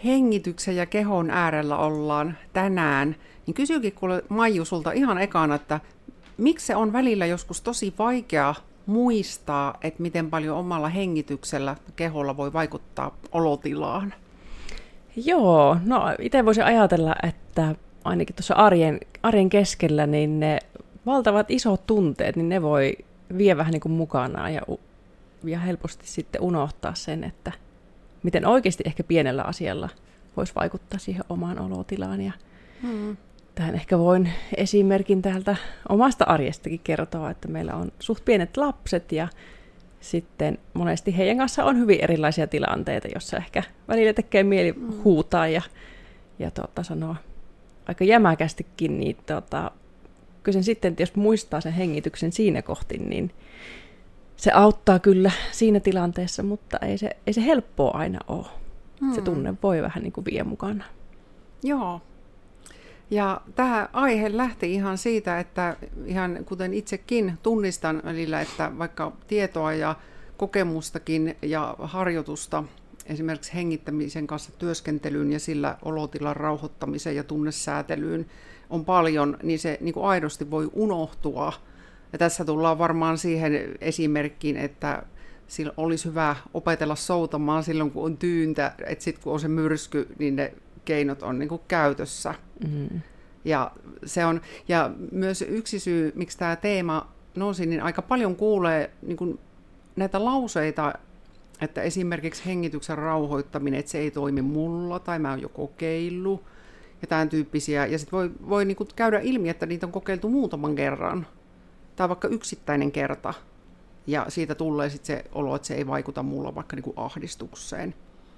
hengityksen ja kehon äärellä ollaan tänään, niin kysyykin kuule Maiju sulta ihan ekana, että miksi se on välillä joskus tosi vaikea muistaa, että miten paljon omalla hengityksellä keholla voi vaikuttaa olotilaan? Joo, no itse voisin ajatella, että ainakin tuossa arjen keskellä, niin ne valtavat isot tunteet, niin ne voi vie vähän niin kuin mukanaan ja helposti sitten unohtaa sen, että miten oikeasti ehkä pienellä asialla voisi vaikuttaa siihen omaan olotilaan. Ja tähän ehkä voin esimerkin täältä omasta arjestakin kertoa, että meillä on suht pienet lapset ja sitten monesti heidän kanssa on hyvin erilaisia tilanteita, jossa ehkä välillä tekee mieli huutaa ja sanoa aika jämäkästikin, niin kyllä sen sitten, että jos muistaa sen hengityksen siinä kohti, niin se auttaa kyllä siinä tilanteessa, mutta ei se helppoa aina ole. Se tunne voi vähän niin kuin vie mukana. Joo. Ja tämä aihe lähti ihan siitä, että ihan kuten itsekin tunnistan välillä, että vaikka tietoa ja kokemustakin ja harjoitusta esimerkiksi hengittämisen kanssa työskentelyyn ja sillä olotilan rauhoittamiseen ja tunnesäätelyyn on paljon, niin se niin kuin aidosti voi unohtua. Ja tässä tullaan varmaan siihen esimerkkiin, että sillä olisi hyvä opetella soutamaan silloin, kun on tyyntä, että sitten kun on se myrsky, niin ne keinot on niin kuin käytössä. Mm-hmm. Ja myös yksi syy, miksi tämä teema nousi, niin aika paljon kuulee niin kuin näitä lauseita, että esimerkiksi hengityksen rauhoittaminen, että se ei toimi mulla, tai mä oon jo kokeillut, ja tämän tyyppisiä. Ja sitten voi niin kuin käydä ilmi, että niitä on kokeiltu muutaman kerran, tai vaikka yksittäinen kerta, ja siitä tulee sitten se olo, että se ei vaikuta mulla vaikka niin kuin ahdistukseen.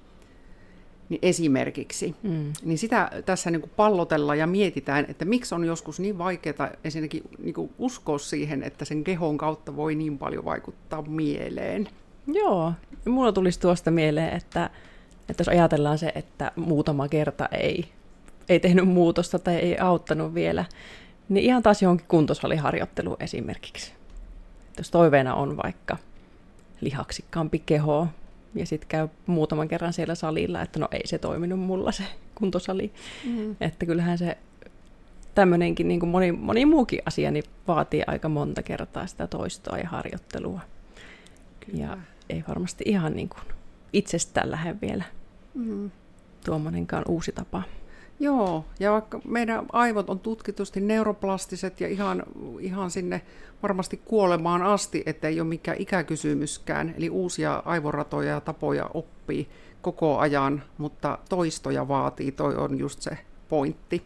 Niin esimerkiksi. Niin sitä tässä niin kuin pallotellaan ja mietitään, että miksi on joskus niin vaikeaa ensinnäkin niin kuin uskoa siihen, että sen kehon kautta voi niin paljon vaikuttaa mieleen. Joo, mulla tulisi tuosta mieleen, että jos ajatellaan se, että muutama kerta ei tehnyt muutosta tai ei auttanut vielä, niin ihan taas johonkin kuntosaliharjoitteluun esimerkiksi. Jos toiveena on vaikka lihaksikkaampi keho, ja sitten käy muutaman kerran siellä salilla, että no ei se toiminut mulla se kuntosali. Että kyllähän se tämmöinenkin, niin kuin moni muukin asia, niin vaatii aika monta kertaa sitä toistoa ja harjoittelua. Kyllä. Ja ei varmasti ihan niin kuin itsestään lähde vielä tuommoinenkaan uusi tapa. Joo, ja vaikka meidän aivot on tutkitusti neuroplastiset ja ihan sinne varmasti kuolemaan asti, että ei ole mikään ikäkysymyskään, eli uusia aivoratoja ja tapoja oppii koko ajan, mutta toistoja vaatii, toi on just se pointti.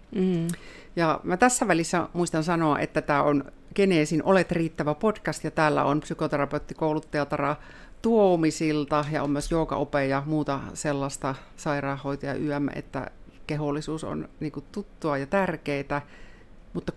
Ja mä tässä välissä muistan sanoa, että tämä on Geneesin Olet riittävä podcast, ja täällä on psykoterapeuttikouluttaja Tara Tuomisilta, ja on myös joogaope ja muuta sellaista sairaanhoitaja että kehollisuus on niin kuin tuttua ja tärkeää, mutta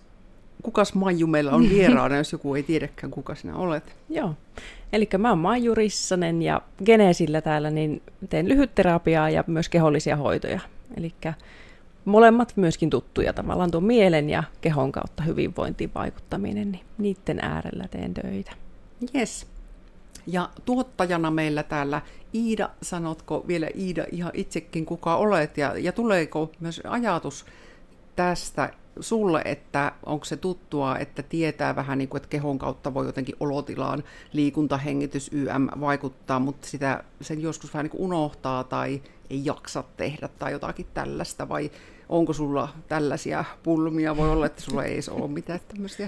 kukas Maiju meillä on vieraana, jos joku ei tiedäkään, kuka sinä olet? Joo, eli mä oon Maiju Rissanen ja Geneesillä täällä niin teen lyhytterapiaa ja myös kehollisia hoitoja. Eli molemmat myöskin tuttuja tavallaan tuon mielen ja kehon kautta hyvinvointiin vaikuttaminen, niin niiden äärellä teen töitä. Yes. Ja tuottajana meillä täällä Iida, sanotko vielä Iida ihan itsekin kuka olet ja tuleeko myös ajatus tästä sulle, että onko se tuttua, että tietää vähän niin kuin, että kehon kautta voi jotenkin olotilaan liikunta, hengitys, vaikuttaa, mutta sen joskus vähän niin kuin unohtaa tai ei jaksa tehdä tai jotakin tällaista, vai onko sulla tällaisia pulmia? Voi olla, että sulla ei ole mitään tämmöisiä.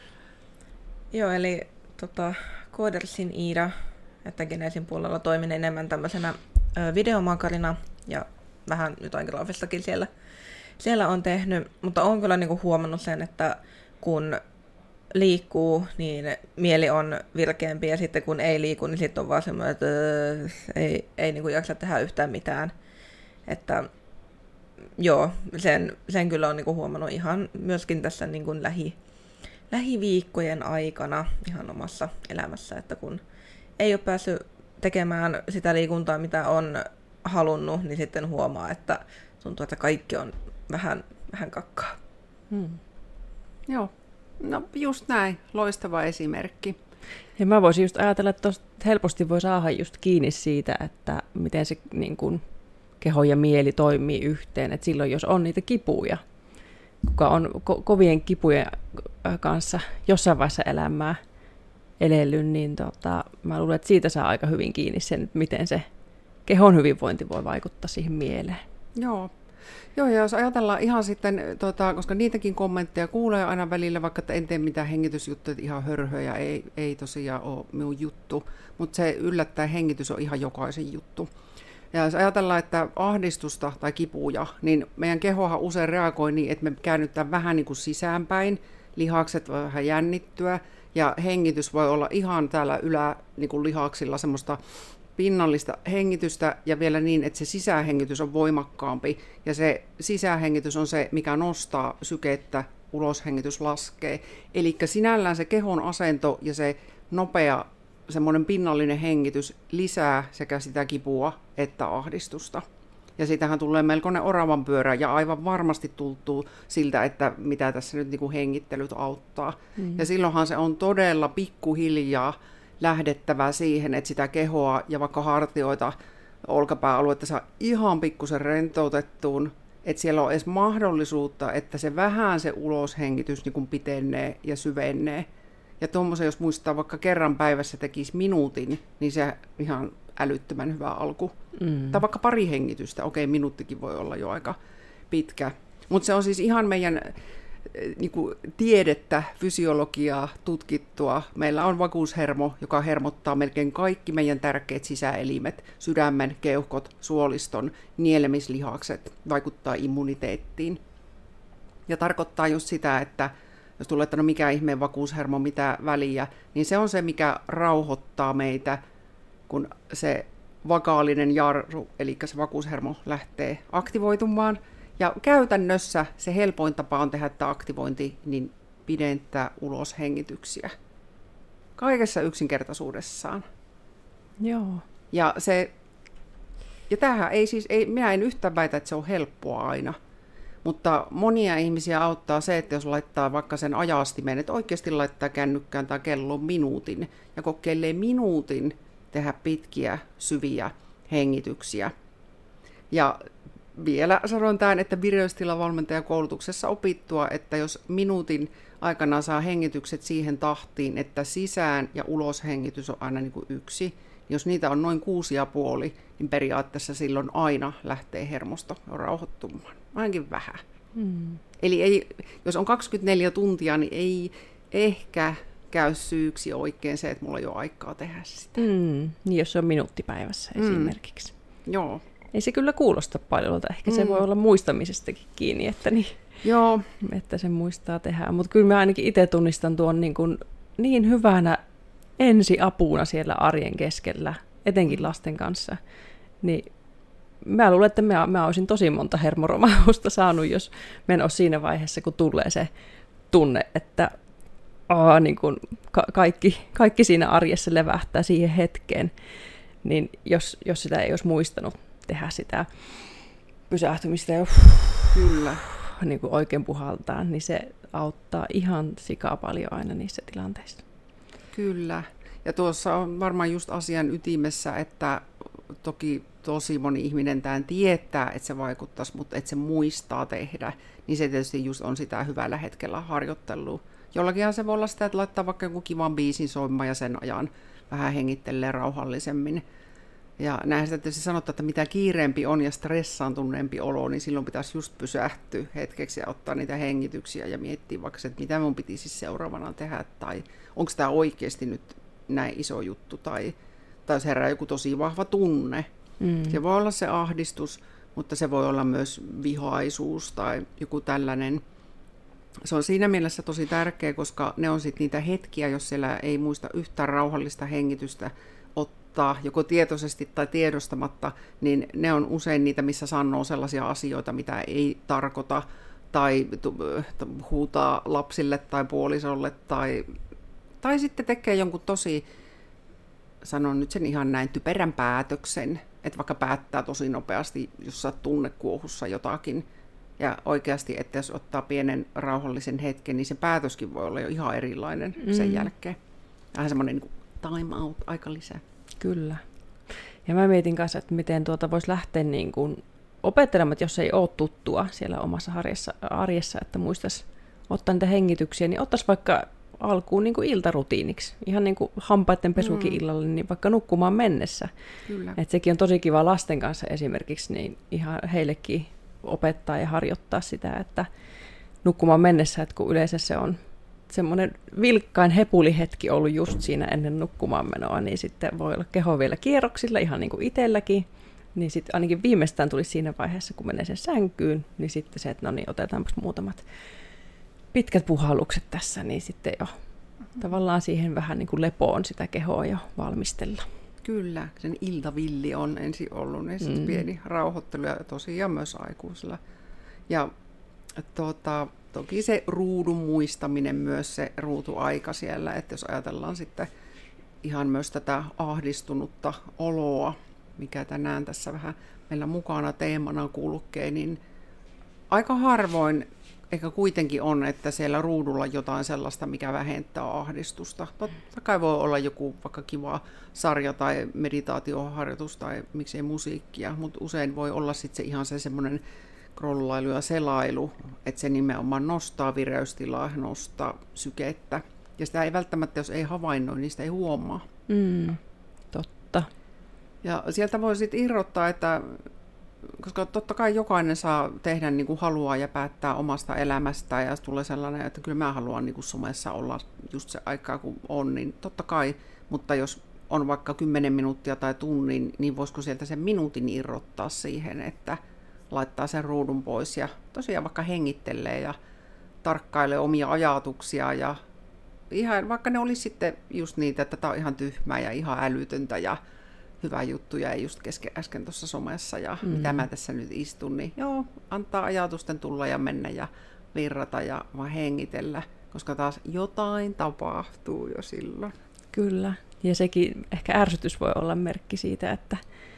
Joo, eli Koodersin Iida, että Geneesin puolella toimin enemmän tämmöisenä videomakarina ja vähän jotain graafistakin siellä on tehnyt, mutta olen kyllä niinku huomannut sen, että kun liikkuu, niin mieli on virkeämpi ja sitten kun ei liiku, niin sitten on vaan semmoinen, että ei niinku jaksa tehdä yhtään mitään. Että joo, sen kyllä on niinku huomannut ihan myöskin tässä niinku lähiviikkojen aikana ihan omassa elämässä, että kun ei ole päässyt tekemään sitä liikuntaa, mitä on halunnut, niin sitten huomaa, että tuntuu, että kaikki on vähän kakkaa. Joo, no just näin. Loistava esimerkki. Ja mä voisin just ajatella, että helposti voi saada just kiinni siitä, että miten se niin kun keho ja mieli toimii yhteen. Et silloin jos on niitä kipuja, kuka on kovien kipujen kanssa jossain vaiheessa elämää elellyt, niin mä luulen, että siitä saa aika hyvin kiinni sen, että miten se kehon hyvinvointi voi vaikuttaa siihen mieleen. Joo, ja jos ajatellaan ihan sitten, koska niitäkin kommentteja kuulee aina välillä, vaikka en tee mitään hengitysjuttuja, että ihan hörhöjä ei tosiaan ole minun juttu, mutta se yllättäen hengitys on ihan jokaisen juttu. Ja jos ajatellaan, että ahdistusta tai kipuja, niin meidän kehohan usein reagoi niin, että me käännytään vähän niin kuin sisäänpäin, lihakset voi vähän jännittyä, ja hengitys voi olla ihan täällä niin kuin lihaksilla semmoista pinnallista hengitystä, ja vielä niin, että se sisähengitys on voimakkaampi, ja se sisähengitys on se, mikä nostaa sykettä, uloshengitys laskee. Eli sinällään se kehon asento ja se nopea semmoinen pinnallinen hengitys lisää sekä sitä kipua että ahdistusta. Ja siitähän tulee melkoinen oravan pyörä, ja aivan varmasti tuntuu siltä, että mitä tässä nyt niin kuin hengittelyt auttaa. Ja silloinhan se on todella pikkuhiljaa lähdettävää siihen, että sitä kehoa ja vaikka hartioita, olkapääaluetta saa ihan pikkusen rentoutettuun, että siellä on edes mahdollisuutta, että se vähän se uloshengitys niin kuin pitenee ja syvenee. Ja tuommoisen, jos muistaa vaikka kerran päivässä tekisi minuutin, niin se ihan älyttömän hyvä alku. Tai vaikka pari hengitystä, minuuttikin voi olla jo aika pitkä. Mutta se on siis ihan meidän niin kuin tiedettä, fysiologiaa tutkittua. Meillä on vakuushermo, joka hermottaa melkein kaikki meidän tärkeät sisäelimet, sydämen, keuhkot, suoliston, nielemislihakset, vaikuttaa immuniteettiin. Ja tarkoittaa just sitä, että jos tulee, että no mikä ihmeen vakuushermo, mitä väliä, niin se on se, mikä rauhoittaa meitä, kun se vakaalinen jarru, eli se vakuushermo lähtee aktivoitumaan. Ja käytännössä se helpoin tapa on tehdä tämä aktivointi, niin pidentää uloshengityksiä. Kaikessa yksinkertaisuudessaan. Joo. Ja tämähän minä en yhtään väitä, että se on helppoa aina. Mutta monia ihmisiä auttaa se, että jos laittaa vaikka sen ajastimen, että oikeasti laittaa kännykkään tai kelloon minuutin ja kokeilee minuutin tehdä pitkiä, syviä hengityksiä. Ja vielä sanon tämän, että vireystilavalmentajakoulutuksessa opittua, että jos minuutin aikana saa hengitykset siihen tahtiin, että sisään- ja uloshengitys on aina niin kuin yksi, niin jos niitä on noin 6,5, niin periaatteessa silloin aina lähtee hermosto rauhoittumaan. Ainakin vähän. Eli jos on 24 tuntia, niin ei ehkä käy syyksi oikein se, että mulla ei ole aikaa tehdä sitä. Niin, jos se on minuuttipäivässä esimerkiksi. Joo. Ei se kyllä kuulosta paljolta. Ehkä se voi olla muistamisestakin kiinni, että se muistaa tehdä. Mutta kyllä mä ainakin itse tunnistan tuon niin hyvänä ensiapuna siellä arjen keskellä, etenkin lasten kanssa. Niin mä luulen, että mä olisin tosi monta hermoromausta saanut, jos mä en ole siinä vaiheessa, kun tulee se tunne, että kaikki siinä arjessa levähtää siihen hetkeen. Niin jos sitä ei olisi muistanut tehdä sitä pysähtymistä ja kyllä. Niin kuin oikein puhaltaa, niin se auttaa ihan sikaa paljon aina niissä tilanteissa. Kyllä. Ja tuossa on varmaan just asian ytimessä, että toki tosi moni ihminen tämän tietää, että se vaikuttaisi, mutta että se muistaa tehdä, niin se tietysti just on sitä hyvällä hetkellä harjoittelua. Jollakinhan se voi olla sitä, että laittaa vaikka joku kivan biisin soimaan ja sen ajan vähän hengittelee rauhallisemmin. Ja näinhän sitä tietysti sanotaan, että mitä kiireempi on ja stressaantuneempi olo, niin silloin pitäisi just pysähtyä hetkeksi ja ottaa niitä hengityksiä ja miettiä vaikka se, että mitä mun piti siis seuraavana tehdä, tai onko tämä oikeasti nyt näin iso juttu, tai jos herää joku tosi vahva tunne. Se voi olla se ahdistus, mutta se voi olla myös vihaisuus tai joku tällainen. Se on siinä mielessä tosi tärkeä, koska ne on sitten niitä hetkiä, jos siellä ei muista yhtään rauhallista hengitystä ottaa, joko tietoisesti tai tiedostamatta, niin ne on usein niitä, missä sanoo sellaisia asioita, mitä ei tarkoita, tai huutaa lapsille tai puolisolle, tai sitten tekee jonkun tosi, sanon nyt sen ihan näin, typerän päätöksen, että vaikka päättää tosi nopeasti, jos sä oot tunnekuohussa jotakin, ja oikeasti, että jos ottaa pienen rauhallisen hetken, niin se päätöskin voi olla jo ihan erilainen sen jälkeen. Vähän semmoinen niin time out, aika lisää. Kyllä. Ja mä mietin kanssa, että miten voisi lähteä niin kuin opettelemaan, että jos ei ole tuttua siellä omassa arjessa, että muistaisi ottaa niitä hengityksiä, niin ottaisi vaikka alkuun niin kuin iltarutiiniksi, ihan niin kuin hampaiden pesukin illalle, niin vaikka nukkumaan mennessä. Kyllä. Et sekin on tosi kiva lasten kanssa esimerkiksi, niin ihan heillekin opettaa ja harjoittaa sitä, että nukkumaan mennessä, että kun yleensä se on semmoinen vilkkain hepulihetki ollut just siinä ennen nukkumaan menoa, niin sitten voi olla keho vielä kierroksilla, ihan niin kuin itselläkin. Niin sitten ainakin viimeistään tulisi siinä vaiheessa, kun menee sen sänkyyn, niin sitten se, että no niin, otetaanpas muutamat pitkät puhallukset tässä, niin sitten jo tavallaan siihen vähän niin kuin lepoon sitä kehoa jo valmistella. Kyllä, sen iltavilli on ensin ollut, niin sitten pieni rauhoittelu ja tosiaan myös aikuisilla. Ja toki se ruudun muistaminen, myös se ruutuaika siellä, että jos ajatellaan sitten ihan myös tätä ahdistunutta oloa, mikä tänään tässä vähän meillä mukana teemana kulkee, niin aika harvoin ehkä kuitenkin on, että siellä ruudulla jotain sellaista, mikä vähentää ahdistusta. Totta kai voi olla joku vaikka kiva sarja tai meditaatioharjoitus tai miksei musiikkia, mutta usein voi olla sitten se ihan se semmoinen krollailu ja selailu, että se nimenomaan nostaa vireystilaa, nostaa sykettä. Ja sitä ei välttämättä, jos ei havainnoi, niin sitä ei huomaa. Totta. Ja sieltä voi sitten irrottaa, että koska totta kai jokainen saa tehdä niin kuin haluaa ja päättää omasta elämästään, ja tulee sellainen, että kyllä mä haluan niin kuin somessa olla just se aikaa, kun on, niin totta kai, mutta jos on vaikka 10 minuuttia tai tunnin, niin voisiko sieltä sen minuutin irrottaa siihen, että laittaa sen ruudun pois ja tosiaan vaikka hengittelee ja tarkkailee omia ajatuksia, ja ihan, vaikka ne olisi sitten just niitä, että tämä on ihan tyhmää ja ihan älytöntä ja hyvä juttu ja just äsken tuossa somessa ja mitä mä tässä nyt istun, niin joo, antaa ajatusten tulla ja mennä ja virrata ja vaan hengitellä, koska taas jotain tapahtuu jo silloin. Kyllä, ja sekin ehkä ärsytys voi olla merkki siitä, että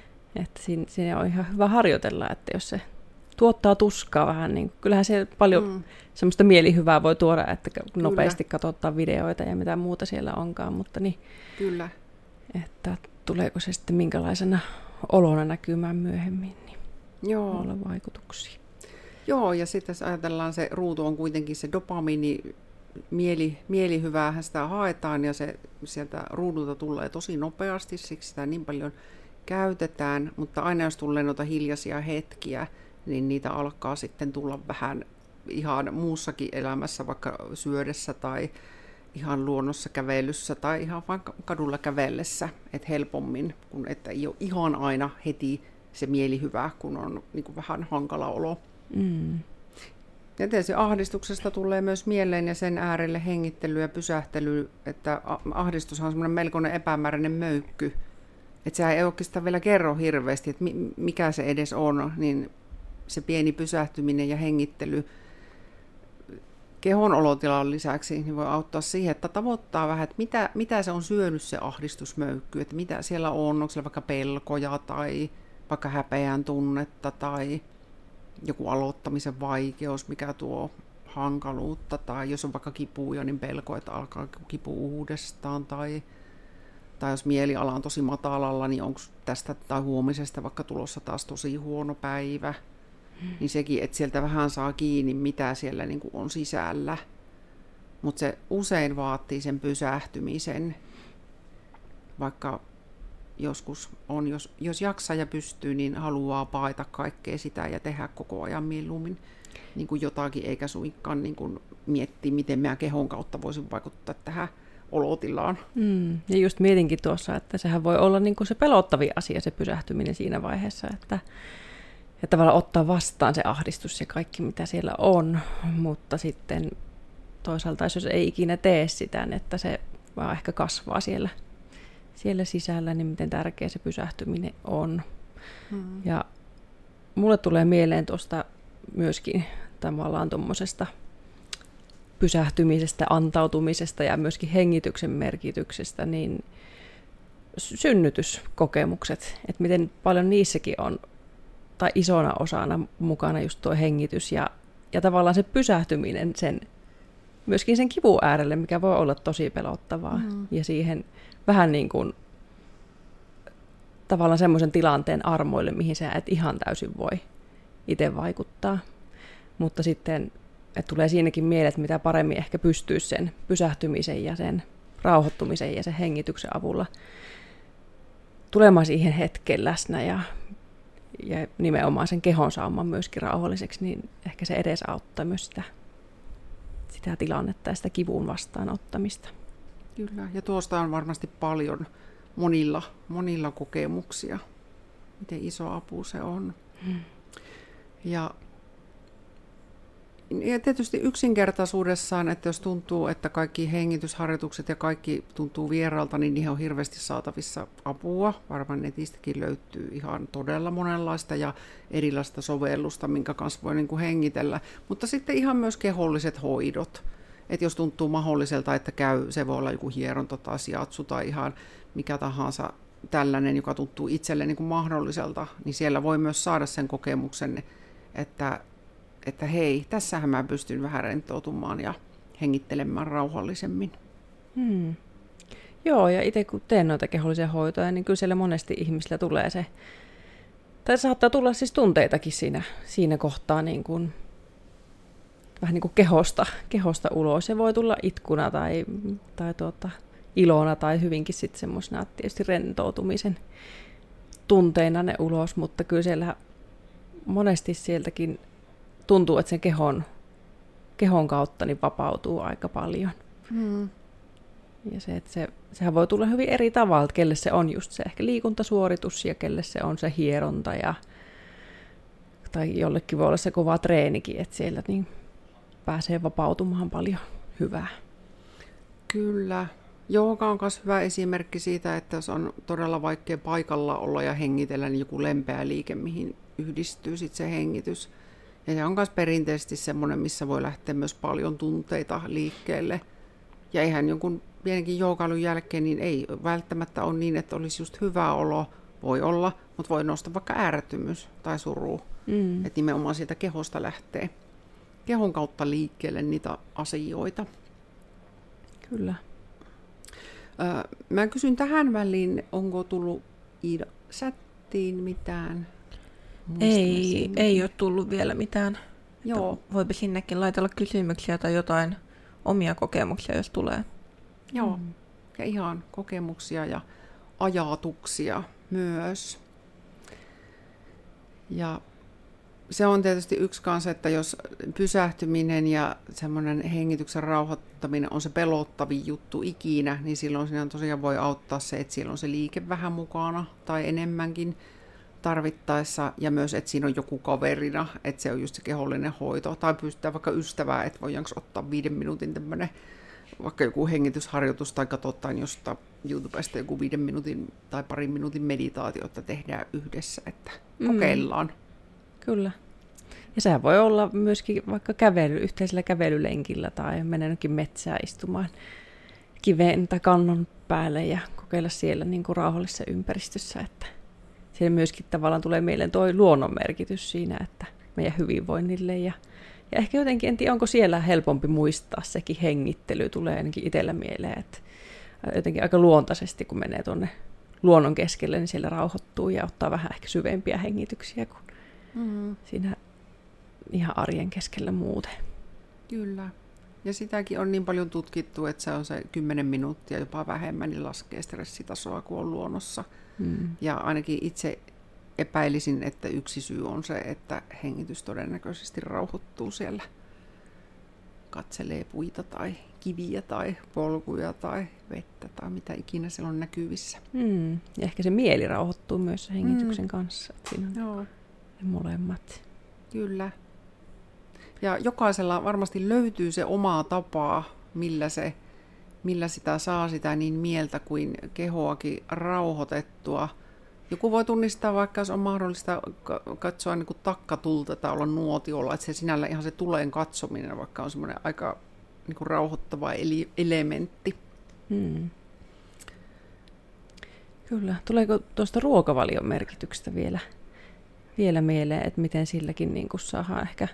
siinä on ihan hyvä harjoitella, että jos se tuottaa tuskaa vähän, niin kyllähän se paljon semmoista mielihyvää voi tuoda, että nopeasti katsotaan videoita ja mitä muuta siellä onkaan, mutta niin, kyllä. Että tuleeko se sitten minkälaisena olona näkymään myöhemmin, niin joo. Voi olla vaikutuksia. Joo, ja sitten jos ajatellaan, se ruutu on kuitenkin se dopamiini, mielihyväähän sitä haetaan, ja se sieltä ruudulta tulee tosi nopeasti, siksi sitä niin paljon käytetään, mutta aina jos tulee noita hiljaisia hetkiä, niin niitä alkaa sitten tulla vähän ihan muussakin elämässä, vaikka syödessä tai ihan luonnossa kävelyssä tai ihan vain kadulla kävellessä, että helpommin, kun että ei ole ihan aina heti se mielihyvä, kun on niin kuin vähän hankala olo. Ja tietysti ahdistuksesta tulee myös mieleen ja sen äärelle hengittely ja pysähtely, että ahdistus on semmoinen melkoinen epämääräinen möykky, että sehän ei oikeastaan vielä kerro hirveästi, että mikä se edes on, niin se pieni pysähtyminen ja hengittely kehon olotilan lisäksi niin voi auttaa siihen, että tavoittaa vähän, että mitä se on syönyt se ahdistusmöykky, että mitä siellä onko siellä vaikka pelkoja tai vaikka häpeän tunnetta tai joku aloittamisen vaikeus, mikä tuo hankaluutta, tai jos on vaikka kipuja, niin pelko, että alkaa kipu uudestaan, tai jos mieliala on tosi matalalla, niin onko tästä tai huomisesta vaikka tulossa taas tosi huono päivä. Niin sekin, että sieltä vähän saa kiinni, mitä siellä niin kuin on sisällä. Mutta se usein vaatii sen pysähtymisen, vaikka joskus on, jos jaksaa ja pystyy, niin haluaa paeta kaikkea sitä ja tehdä koko ajan mieluummin niin kuin jotakin, eikä suinkaan niin kuin miettiä, miten mä kehon kautta voisin vaikuttaa tähän olotilaan. Ja just mietinkin tuossa, että sehän voi olla niin kuin se pelottavin asia, se pysähtyminen siinä vaiheessa, että tavallaan ottaa vastaan se ahdistus ja kaikki, mitä siellä on, mutta sitten toisaalta, jos ei ikinä tee sitä, että se vaan ehkä kasvaa siellä sisällä, niin miten tärkeä se pysähtyminen on. Ja mulle tulee mieleen tuosta myöskin tavallaan tuommoisesta pysähtymisestä, antautumisesta ja myöskin hengityksen merkityksestä, niin synnytyskokemukset, että miten paljon niissäkin on, tai isona osana mukana just tuo hengitys ja tavallaan se pysähtyminen myöskin sen kivun äärelle, mikä voi olla tosi pelottavaa. Ja siihen vähän niin kuin tavallaan semmoisen tilanteen armoille, mihin sä et ihan täysin voi itse vaikuttaa. Mutta sitten, että tulee siinäkin mieleen, että mitä paremmin ehkä pystyy sen pysähtymisen ja sen rauhoittumisen ja sen hengityksen avulla tulemaan siihen hetkeen läsnä ja nimenomaan sen kehon saamaan myöskin rauhalliseksi, niin ehkä se edesauttaa myös sitä tilannetta ja sitä kivun vastaanottamista. Kyllä, ja tuosta on varmasti paljon monilla kokemuksia, miten iso apu se on. Ja tietysti yksinkertaisuudessaan, että jos tuntuu, että kaikki hengitysharjoitukset ja kaikki tuntuu vieraalta, niin niihin on hirveästi saatavissa apua. Varmaan netistäkin löytyy ihan todella monenlaista ja erilaista sovellusta, minkä kanssa voi niin kuin hengitellä. Mutta sitten ihan myös keholliset hoidot. Että jos tuntuu mahdolliselta, että se voi olla joku hieronta tai shiatsu tai ihan mikä tahansa tällainen, joka tuntuu itselle niin kuin mahdolliselta, niin siellä voi myös saada sen kokemuksen, että hei, tässähän mä pystyn vähän rentoutumaan ja hengittelemään rauhallisemmin. Joo, ja itse kun teen noita kehollisia hoitoja, niin kyllä siellä monesti ihmisillä tulee se, tai saattaa tulla siis tunteitakin siinä kohtaa niin kuin, vähän niin kuin kehosta ulos. Se voi tulla itkuna tai ilona tai hyvinkin sitten semmoisena tietysti rentoutumisen tunteina ne ulos, mutta kyllä siellä monesti sieltäkin tuntuu, että sen kehon kautta niin vapautuu aika paljon. Ja sehän voi tulla hyvin eri tavalla, että kelle se on just se ehkä liikuntasuoritus ja kelle se on se hieronta. Tai jollekin voi olla se kova treenikin, että siellä niin pääsee vapautumaan paljon hyvää. Kyllä. Jooga on myös hyvä esimerkki siitä, että jos on todella vaikea paikalla olla ja hengitellä, niin joku lempeä liike, mihin yhdistyy sitten se hengitys. Ja se on myös perinteisesti semmoinen, missä voi lähteä myös paljon tunteita liikkeelle. Ja eihän jonkun pienenkin joogailun jälkeen, niin ei välttämättä ole niin, että olisi just hyvä olo. Voi olla, mutta voi nostaa vaikka äärettömyys tai suru. Että nimenomaan sieltä kehosta lähtee kehon kautta liikkeelle niitä asioita. Kyllä. Mä kysyn tähän väliin, onko tullut Iida chattiin mitään? Ei ole tullut vielä mitään. Joo. Voipa sinnekin laitella kysymyksiä tai jotain omia kokemuksia, jos tulee. Joo, ja ihan kokemuksia ja ajatuksia myös. Ja se on tietysti yksi kanssa, että jos pysähtyminen ja semmoinen hengityksen rauhoittaminen on se pelottavin juttu ikinä, niin silloin siinä tosiaan voi auttaa se, että siellä on se liike vähän mukana tai enemmänkin tarvittaessa, ja myös, että siinä on joku kaverina, että se on just se kehollinen hoito, tai pystytään vaikka ystävää, että voidaanko ottaa 5 minuutin tämmöinen vaikka joku hengitysharjoitus, tai katsotaan jostain YouTubesta joku 5 minuutin tai 2 minuutin meditaatio, että tehdään yhdessä, että kokeillaan. Kyllä. Ja sehän voi olla myöskin vaikka yhteisellä kävelylenkillä tai mennä jonnekin metsään istumaan kiveen tai kannon päälle ja kokeilla siellä niin kuin rauhallisessa ympäristössä, että siellä myöskin tavallaan tulee mieleen tuo luonnon merkitys siinä, että meidän hyvinvoinnille ja ehkä jotenkin, en tiedä, onko siellä helpompi muistaa sekin hengittely, tulee ainakin itsellä mieleen, että jotenkin aika luontaisesti, kun menee tuonne luonnon keskelle, niin siellä rauhoittuu ja ottaa vähän ehkä syvempiä hengityksiä kuin siinä ihan arjen keskellä muuten. Kyllä. Ja sitäkin on niin paljon tutkittu, että se on se 10 minuuttia, jopa vähemmän, niin laskee stressitasoa, kun on luonnossa. Ja ainakin itse epäilisin, että yksi syy on se, että hengitys todennäköisesti rauhoittuu siellä. Katselee puita tai kiviä tai polkuja tai vettä tai mitä ikinä siellä on näkyvissä. Ja ehkä se mieli rauhoittuu myös hengityksen kanssa. Siinä on ne molemmat. Kyllä. Ja jokaisella varmasti löytyy se oma tapaa, millä sitä saa sitä niin mieltä kuin kehoakin rauhoitettua. Joku voi tunnistaa, vaikka jos on mahdollista katsoa niin kuin takkatulta tai olla nuotiolla, että se sinällä ihan se tuleen katsominen, vaikka on semmoinen aika niin kuin rauhoittava elementti. Kyllä. Tuleeko tuosta ruokavalion merkityksestä vielä mieleen, että miten silläkin niin kuin saadaan ehkä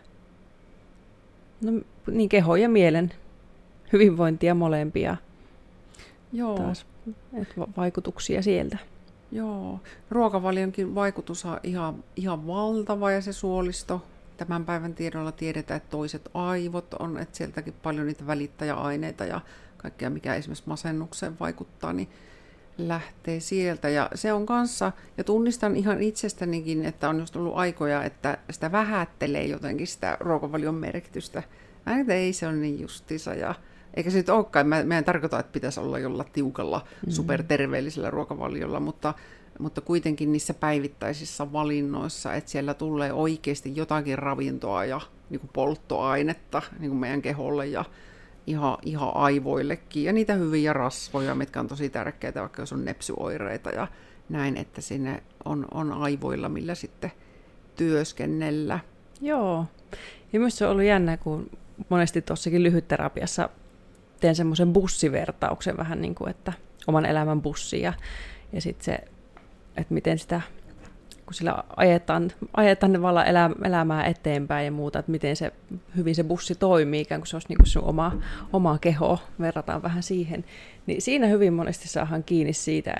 niin kehon ja mielen hyvinvointia molempia. Joo. Taas, että vaikutuksia sieltä. Joo, ruokavalionkin vaikutus on ihan valtava ja se suolisto. Tämän päivän tiedolla tiedetään, että toiset aivot on, että sieltäkin paljon niitä välittäjäaineita ja kaikkea, mikä esimerkiksi masennukseen vaikuttaa, niin lähtee sieltä. Ja se on kanssa, ja tunnistan ihan itsestänikin, että on just ollut aikoja, että sitä vähättelee jotenkin sitä ruokavalion merkitystä. Että ei se ole niin justiinsa ja eikä se nyt olekaan, mä en tarkoita, että pitäisi olla jollain tiukalla superterveellisellä ruokavaliolla, mutta kuitenkin niissä päivittäisissä valinnoissa, että siellä tulee oikeasti jotakin ravintoa ja niin kuin polttoainetta niin kuin meidän keholle ja ihan aivoillekin. Ja niitä hyviä rasvoja, mitkä on tosi tärkeitä, vaikka jos on nepsyoireita ja näin, että sinne on aivoilla, millä sitten työskennellä. Joo, ja myös se on ollut jännä, kun monesti tuossakin lyhytterapiassa teen semmoisen bussivertauksen vähän niin kuin, että oman elämän bussi ja sitten se, että miten sitä, kun sillä ajetaan tavallaan elämää eteenpäin ja muuta, että miten se hyvin se bussi toimii, ikään kuin se olisi niin kuin sun oma keho, verrataan vähän siihen, niin siinä hyvin monesti saadaan kiinni siitä,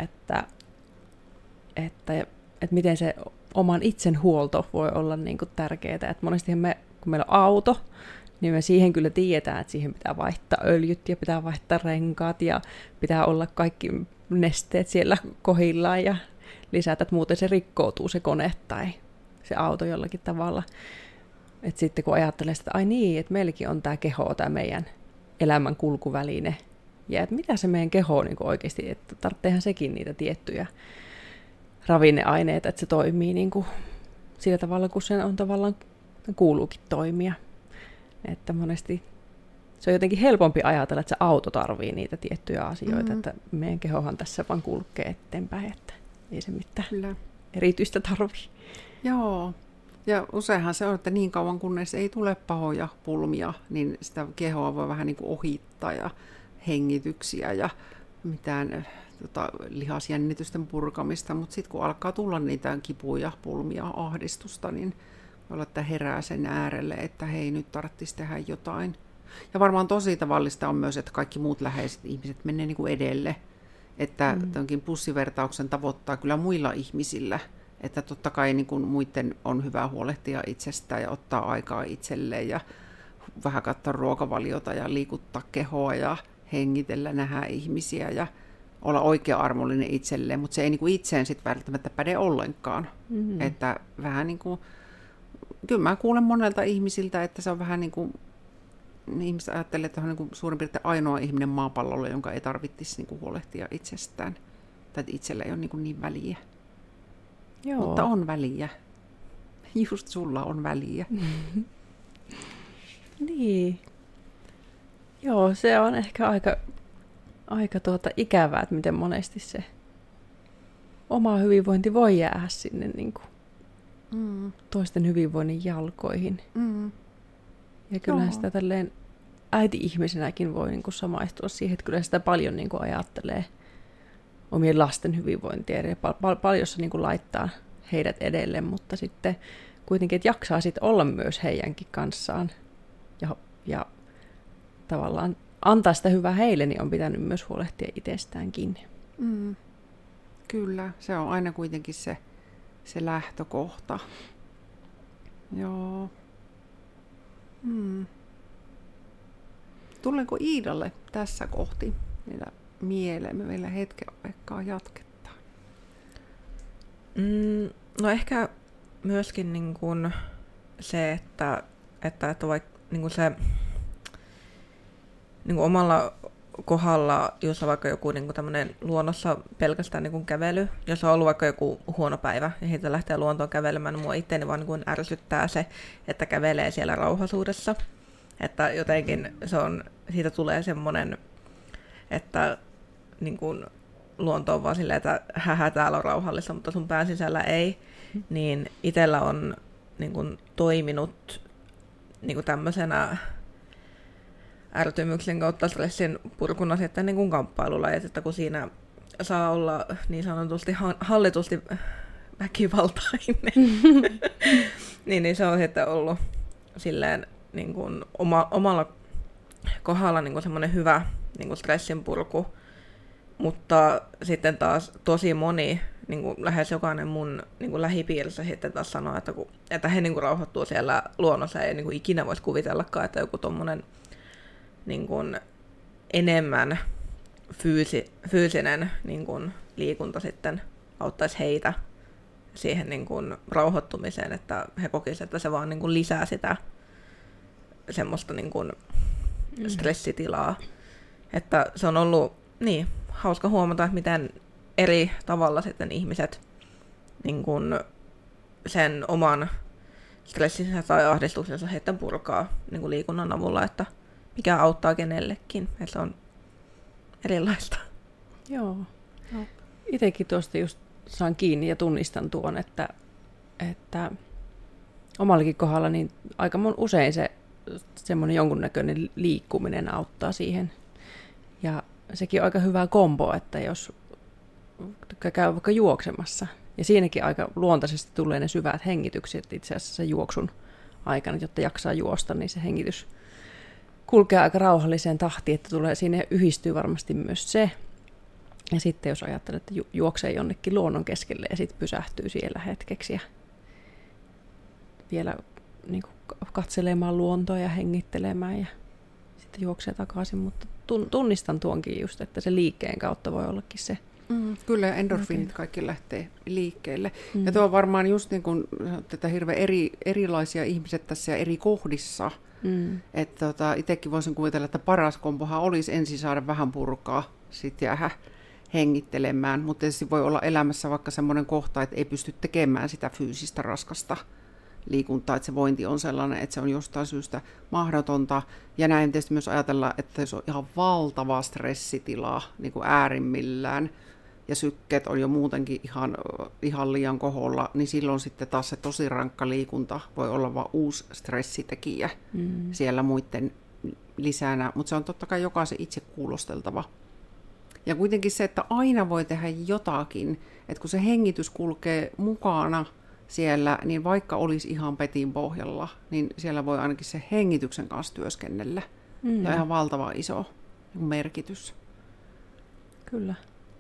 että miten se oman itsen huolto voi olla niin kuin tärkeää, että monesti kun meillä on auto, niin me siihen kyllä tiedetään, että siihen pitää vaihtaa öljyt ja pitää vaihtaa renkaat ja pitää olla kaikki nesteet siellä kohdillaan ja lisätä, että muuten se rikkoutuu se kone tai se auto jollakin tavalla. Et sitten kun ajattelee sitä, että ai niin, että meilläkin on tämä keho, tämä meidän elämän kulkuväline ja että mitä se meidän keho niin oikeasti, että tarvitseehan sekin niitä tiettyjä ravinneaineita, että se toimii niin kuin sillä tavalla, kun sen on tavallaan kuuluukin toimia. Että monesti se on jotenkin helpompi ajatella, että se auto tarvii niitä tiettyjä asioita, että meidän kehohan tässä vaan kulkee eteenpäin, että ei se mitään erityistä tarvii. Joo, ja useinhan se on, että niin kauan kunnes ei tule pahoja pulmia, niin sitä kehoa voi vähän niin kuin ohittaa ja hengityksiä ja mitään lihasjännitysten purkamista, mutta sitten kun alkaa tulla niitä kipuja, pulmia, ahdistusta, niin voi olla, että herää sen äärelle, että hei, nyt tarvitsisi tehdä jotain. Ja varmaan tosi tavallista on myös, että kaikki muut läheiset ihmiset menee niin kuin edelle. Että tämänkin pussivertauksen tavoittaa kyllä muilla ihmisillä. Että totta kai niin kuin muiden on hyvä huolehtia itsestään ja ottaa aikaa itselleen ja vähän katsoa ruokavaliota ja liikuttaa kehoa ja hengitellä, nähdä ihmisiä ja olla oikea-armollinen itselleen. Mutta se ei niin kuin itseen sitten välttämättä päde ollenkaan. Että vähän niin kuin kyllä mä kuulen monelta ihmisiltä, että se on vähän niin kuin, ihmiset ajattelee, että on niin kuin suurin piirtein ainoa ihminen maapallolla, jonka ei tarvitsisi niin kuin huolehtia itsestään. Tai että itsellä ei ole niin väliä. Joo. Mutta on väliä. Just sulla on väliä. Niin. Joo, se on ehkä aika ikävää, että miten monesti se oma hyvinvointi voi jäädä sinne niin kuin toisten hyvinvoinnin jalkoihin. Ja kyllähän sitä tälleen äiti-ihmisenäkin voi niin kuin samaistua siihen, että kyllä sitä paljon niin kuin ajattelee omien lasten hyvinvointia ja paljon se niin kuin laittaa heidät edelle, mutta sitten kuitenkin, että jaksaa sitten olla myös heidänkin kanssaan ja tavallaan antaa sitä hyvää heille, niin on pitänyt myös huolehtia itsestäänkin. Kyllä, se on aina kuitenkin se lähtökohta. Joo. Tuleeko Iidalle tässä kohti vielä mieleen? Me vielä hetken aikaa jatketaan. No ehkä myöskin niin kuin se, että vaikka niin kuin se niin kuin omalla kohdalla, jos on vaikka joku niin kuin tämmöinen luonnossa pelkästään niin kuin kävely, jos on ollut vaikka joku huono päivä ja heitä lähtee luontoon kävelemään, niin mua itseäni vaan niin kuin ärsyttää se, että kävelee siellä rauhaisuudessa. Että jotenkin siitä tulee semmoinen, että niin kuin luonto on vaan silleen, että täällä on rauhallista, mutta sun pään sisällä ei. Niin itsellä on niin kuin toiminut niin kuin tämmöisenä ärtymyksen kautta stressin purkuna sitten niin kuin kamppailulajat, että kun siinä saa olla niin sanotusti hallitusti väkivaltainen, niin se on sitten ollut silleen niin kuin omalla kohdalla niin kuin semmoinen hyvä niin kuin stressin purku, mutta sitten taas tosi moni niin kuin lähes jokainen mun niin kuin lähipiirissä sitten taas sanoo, että he niin kuin rauhoittuu siellä luonnossa ja ei niin kuin ikinä voisi kuvitellakaan, että joku tommonen niin kuin enemmän fyysinen niin kuin liikunta sitten auttaisi heitä siihen niin kuin rauhoittumiseen, että he kokisivat, että se vaan niin kuin lisää sitä semmoista niin kuin stressitilaa. Että se on ollut niin hauska huomata, että miten eri tavalla sitten ihmiset niin kuin sen oman stressinsä tai ahdistuksensa heitä purkaa niin kuin liikunnan avulla, että mikä auttaa kenellekin. Että se on erilaista. Joo. Itsekin tuosta just saan kiinni ja tunnistan tuon, että omallakin kohdalla niin aika usein se semmoinen jonkunnäköinen liikkuminen auttaa siihen. Ja sekin on aika hyvä kombo, että jos käy vaikka juoksemassa, ja siinäkin aika luontaisesti tulee ne syvät hengitykset itse asiassa juoksun aikana, jotta jaksaa juosta, niin se hengitys kulkee aika rauhalliseen tahtiin, että tulee siinä yhdistyy varmasti myös se. Ja sitten jos ajattelee, että juoksee jonnekin luonnon keskelle ja sitten pysähtyy siellä hetkeksi ja vielä niin kuin katselemaan luontoa ja hengittelemään ja sitten juoksee takaisin, mutta tunnistan tuonkin just, että se liikkeen kautta voi ollakin se. Kyllä, ja endorfiinit kaikki lähtee liikkeelle. Ja tuo on varmaan just niin kuin tätä hirveän erilaisia ihmiset tässä ja eri kohdissa. Että itsekin voisin kuvitella, että paras kompohan olisi ensin saada vähän purkaa, sitten jäädä hengittelemään. Mutta tietysti voi olla elämässä vaikka semmoinen kohta, että ei pysty tekemään sitä fyysistä raskasta liikuntaa, että se vointi on sellainen, että se on jostain syystä mahdotonta. Ja näin tietysti myös ajatella, että se on ihan valtava stressitila niin kuin äärimmillään, ja sykkeet on jo muutenkin ihan liian koholla, niin silloin sitten taas se tosi rankka liikunta voi olla vain uusi stressitekijä siellä muiden lisänä, mutta se on totta kai jokaisen itse kuulosteltava. Ja kuitenkin se, että aina voi tehdä jotakin, että kun se hengitys kulkee mukana siellä, niin vaikka olisi ihan petin pohjalla, niin siellä voi ainakin se hengityksen kanssa työskennellä. Ja ihan valtava iso merkitys. Kyllä.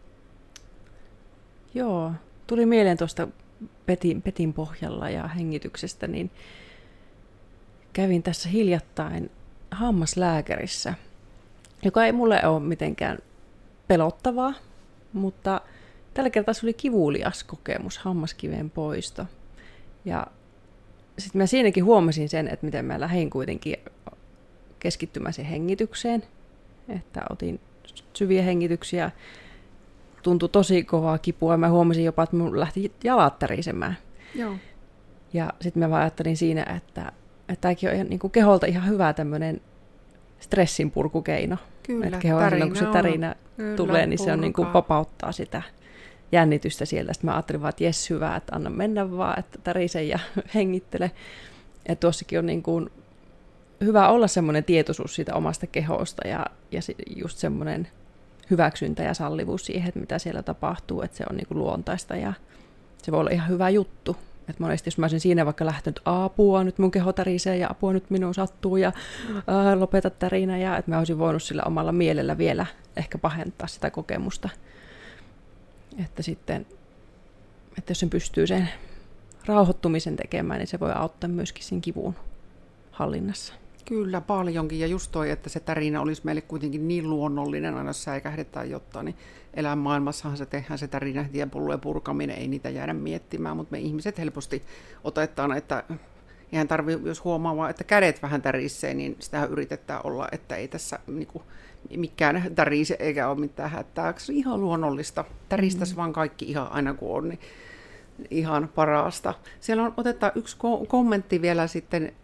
Joo, tuli mieleen tuosta petin pohjalla ja hengityksestä, niin kävin tässä hiljattain hammaslääkärissä, joka ei mulle ole mitenkään pelottavaa, mutta tällä kertaa se oli kivulias kokemus, hammaskiveen poisto. Ja sitten mä siinäkin huomasin sen, että miten mä lähdin kuitenkin keskittymään siihen hengitykseen, että otin syviä hengityksiä, tuntui tosi kovaa kipua ja mä huomasin jopa, että mun lähti jalat tärisemään. Joo. Ja sitten mä vaan ajattelin siinä, että tämäkin on niin kuin keholta ihan hyvä tämmöinen stressinpurkukeino. Kyllä, että keho, silloin, kun se tärinä tulee, niin se on niin kuin vapauttaa sitä jännitystä sieltä. Sitten mä ajattelin vaan, että jes, hyvä, että anna mennä vaan, että tärise ja hengittele. Ja tuossakin on niin kuin hyvä olla semmoinen tietoisuus siitä omasta kehosta ja just semmoinen hyväksyntä ja sallivuus siihen, että mitä siellä tapahtuu, että se on niin kuin luontaista ja se voi olla ihan hyvä juttu. Että monesti jos mä olisin siinä vaikka lähtenyt apua, nyt mun keho tärisee ja apua nyt minun sattuu ja lopeta tärinä ja että mä olisin voinut sillä omalla mielellä vielä ehkä pahentaa sitä kokemusta. Että sitten, että jos sen pystyy sen rauhoittumisen tekemään, niin se voi auttaa myöskin sen kivun hallinnassa. Kyllä, paljonkin. Ja just toi, että se tärinä olisi meille kuitenkin niin luonnollinen, aina jos säikähdetään jotain, niin elämänmaailmassahan se tehdään se tärinä ja pullojen purkaminen, ei niitä jäädä miettimään, mutta me ihmiset helposti otetaan, että ihan tarvitse, jos huomaa, että kädet vähän tärisee, niin sitä yritetään olla, että ei tässä niinku mikään tärise eikä ole mitään hätää. Se on ihan luonnollista. Täristäisi vaan kaikki ihan aina kun on, niin ihan parasta. Siellä on otetaan yksi kommentti vielä sitten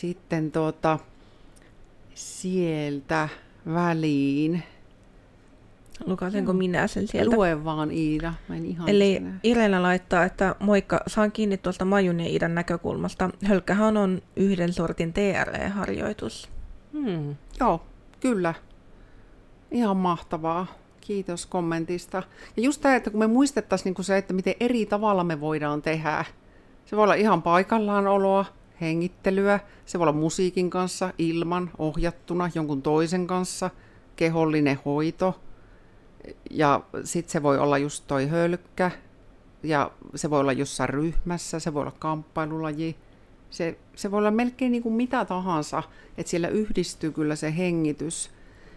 sieltä väliin. Lukaisenko minä sen sieltä? Lue vaan, Iida. Eli Irena laittaa, että moikka, saan kiinni tuolta Majun ja Iidan näkökulmasta. Hölkkähän on yhden sortin TRE-harjoitus. Joo, kyllä. Ihan mahtavaa. Kiitos kommentista. Ja just tämä, että kun me muistettaisiin niin se, että miten eri tavalla me voidaan tehdä. Se voi olla ihan paikallaan oloa, hengittelyä. Se voi olla musiikin kanssa, ilman, ohjattuna, jonkun toisen kanssa, kehollinen hoito. Ja sitten se voi olla just toi hölkkä ja se voi olla jossain ryhmässä, se voi olla kamppailulaji, se voi olla melkein niin kuin mitä tahansa, että siellä yhdistyy kyllä se hengitys.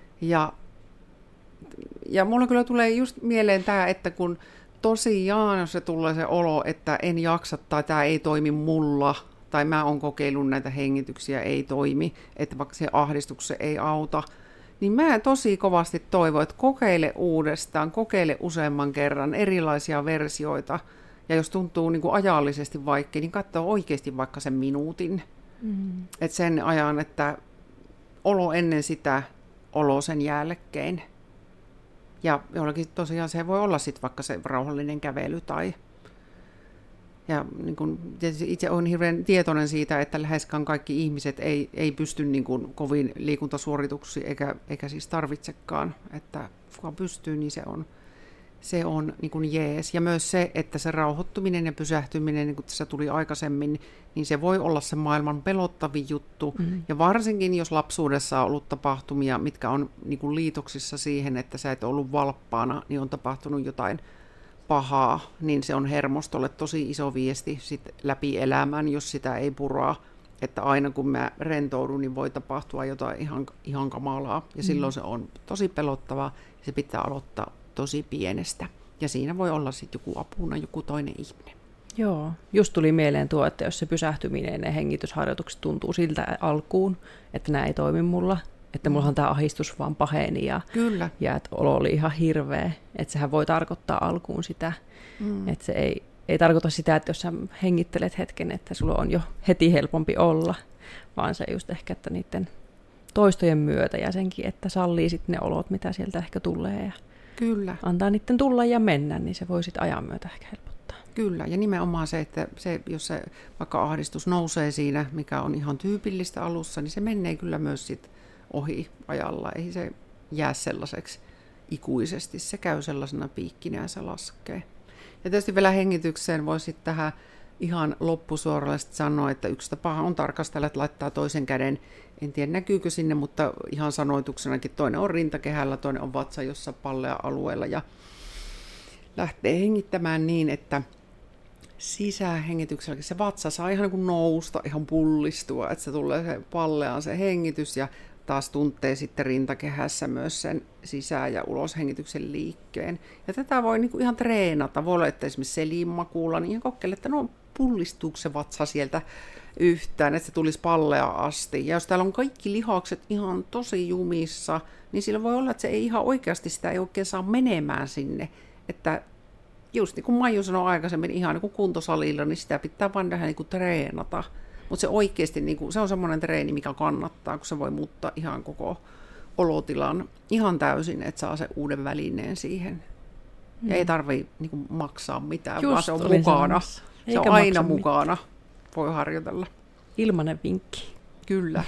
Ja mulla kyllä tulee just mieleen tämä, että kun tosiaan, jos se tulee se olo, että en jaksa tai tämä ei toimi mulla, tai mä oon kokeillut näitä hengityksiä, ei toimi, että vaikka se ahdistuksessa ei auta, niin mä tosi kovasti toivon, että kokeile uudestaan, kokeile useamman kerran erilaisia versioita, ja jos tuntuu niin kuin ajallisesti vaikea, niin katso oikeasti vaikka sen minuutin. Että sen ajan, että olo ennen sitä, olo sen jälkeen. Ja jollakin tosiaan se voi olla sitten vaikka se rauhallinen kävely tai... Ja niin kun, itse olen hirveän tietoinen siitä, että läheskään kaikki ihmiset ei pysty niin kun kovin liikuntasuorituksiin, eikä siis tarvitsekaan. Että kuka pystyy, niin se on niin kun jees. Ja myös se, että se rauhoittuminen ja pysähtyminen, niin kuin tässä tuli aikaisemmin, niin se voi olla se maailman pelottavin juttu. Ja varsinkin, jos lapsuudessa on ollut tapahtumia, mitkä on niin kun liitoksissa siihen, että sä et ollut valppaana, niin on tapahtunut jotain pahaa, niin se on hermostolle tosi iso viesti sit läpi elämän, jos sitä ei puraa. Että aina kun mä rentoudun, niin voi tapahtua jotain ihan kamalaa. Ja silloin se on tosi pelottavaa ja se pitää aloittaa tosi pienestä. Ja siinä voi olla sitten joku apuna, joku toinen ihminen. Joo, just tuli mieleen tuo, että jos se pysähtyminen ja hengitysharjoitukset tuntuu siltä alkuun, että nämä ei toimi mulla, että mullahan tämä ahdistus vaan paheni ja että olo oli ihan hirveä. Että sehän voi tarkoittaa alkuun sitä, että se ei tarkoita sitä, että jos sä hengittelet hetken, että sulla on jo heti helpompi olla, vaan se just ehkä, että niiden toistojen myötä ja senkin, että sallii sitten ne olot, mitä sieltä ehkä tulee ja antaa niiden tulla ja mennä, niin se voi sitten ajan myötä ehkä helpottaa. Kyllä, ja nimenomaan se, että jos se vaikka ahdistus nousee siinä, mikä on ihan tyypillistä alussa, niin se menee kyllä myös sitten ohi ajalla. Ei se jää sellaiseksi ikuisesti. Se käy sellaisena piikkinä ja se laskee. Ja tietysti vielä hengitykseen voi sitten tähän ihan loppusuoralle sanoa, että yksi tapa on tarkastella, että laittaa toisen käden, en tiedä näkyykö sinne, mutta ihan sanoituksenakin toinen on rintakehällä, toinen on vatsa jossain pallea-alueella ja lähtee hengittämään niin, että sisähengityksellä se vatsa saa ihan niin kuin nousta, ihan pullistua, että se tulee se palleaan se hengitys ja taas tuntee sitten rintakehässä myös sen sisään- ja uloshengityksen liikkeen. Ja tätä voi niin kuin ihan treenata. Voi olla, että esimerkiksi selinmakuulla, niin ihan kokeile, että pullistuuko se vatsa sieltä yhtään, että se tulisi pallea asti. Ja jos täällä on kaikki lihakset ihan tosi jumissa, niin sillä voi olla, että se ei ihan oikeasti sitä ei oikein saa menemään sinne. Että just niin kuin Maiju sanoi aikaisemmin, ihan niin kuin kuntosalilla, niin sitä pitää vaan vähän niin kuin treenata. Mutta se oikeasti, niin se on semmoinen treeni, mikä kannattaa, kun se voi muuttaa ihan koko olotilan ihan täysin, että saa se uuden välineen siihen. Ja ei tarvitse niin maksaa mitään, vaan se on mukana. Se on aina mukana. Voi harjoitella. Ilmainen vinkki. Kyllä.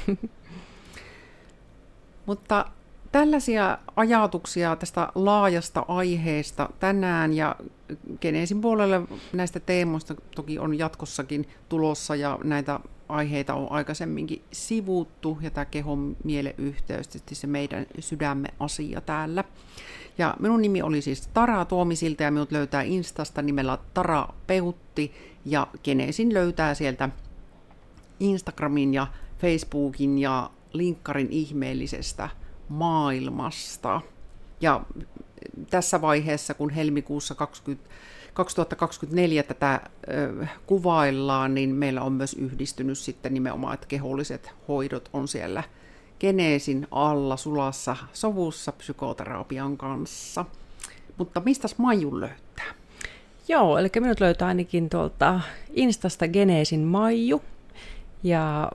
Mutta tällaisia ajatuksia tästä laajasta aiheesta tänään ja Geneesin puolelle näistä teemoista toki on jatkossakin tulossa ja näitä aiheita on aikaisemminkin sivuttu ja tämä kehon mielen yhteys, tietysti se meidän sydämme asia täällä. Ja minun nimi oli siis Tara Tuomisilta ja minut löytää Instasta nimellä Tarapeutti ja Geneesin löytää sieltä Instagramin ja Facebookin ja linkkarin ihmeellisestä maailmasta. Ja tässä vaiheessa, kun helmikuussa 2024 tätä kuvaillaan, niin meillä on myös yhdistynyt sitten nimenomaan, että keholliset hoidot on siellä Geneesin alla sulassa sovussa psykoterapian kanssa. Mutta mistäs Maiju löytää? Joo, eli minut löytää ainakin tuolta Instasta Geneesin Maiju ja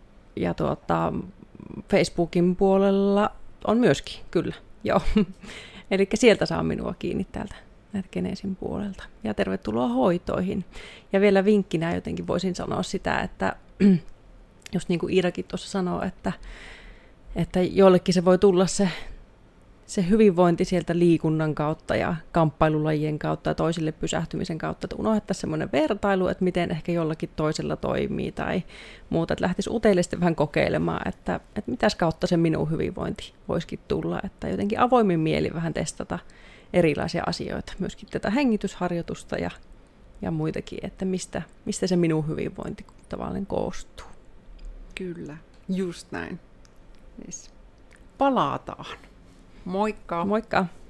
Facebookin puolella on myöskin, kyllä, joo. Eli sieltä saa minua kiinni täältä näitä Geneesin puolelta. Ja tervetuloa hoitoihin. Ja vielä vinkkinä jotenkin voisin sanoa sitä, että jos niin kuin Iirakin tuossa sanoo, että jollekin se voi tulla se hyvinvointi sieltä liikunnan kautta ja kamppailulajien kautta ja toisille pysähtymisen kautta, että unohdettaisiin semmoinen vertailu, että miten ehkä jollakin toisella toimii tai muuta, että lähtisi uteliaasti vähän kokeilemaan, että mitäs kautta se minun hyvinvointi voisikin tulla, että jotenkin avoimin mieli vähän testata erilaisia asioita, myöskin tätä hengitysharjoitusta ja ja muitakin, että mistä se minun hyvinvointi tavallaan koostuu. Kyllä, just näin. Yes. Palataan. Moikka! Moikka!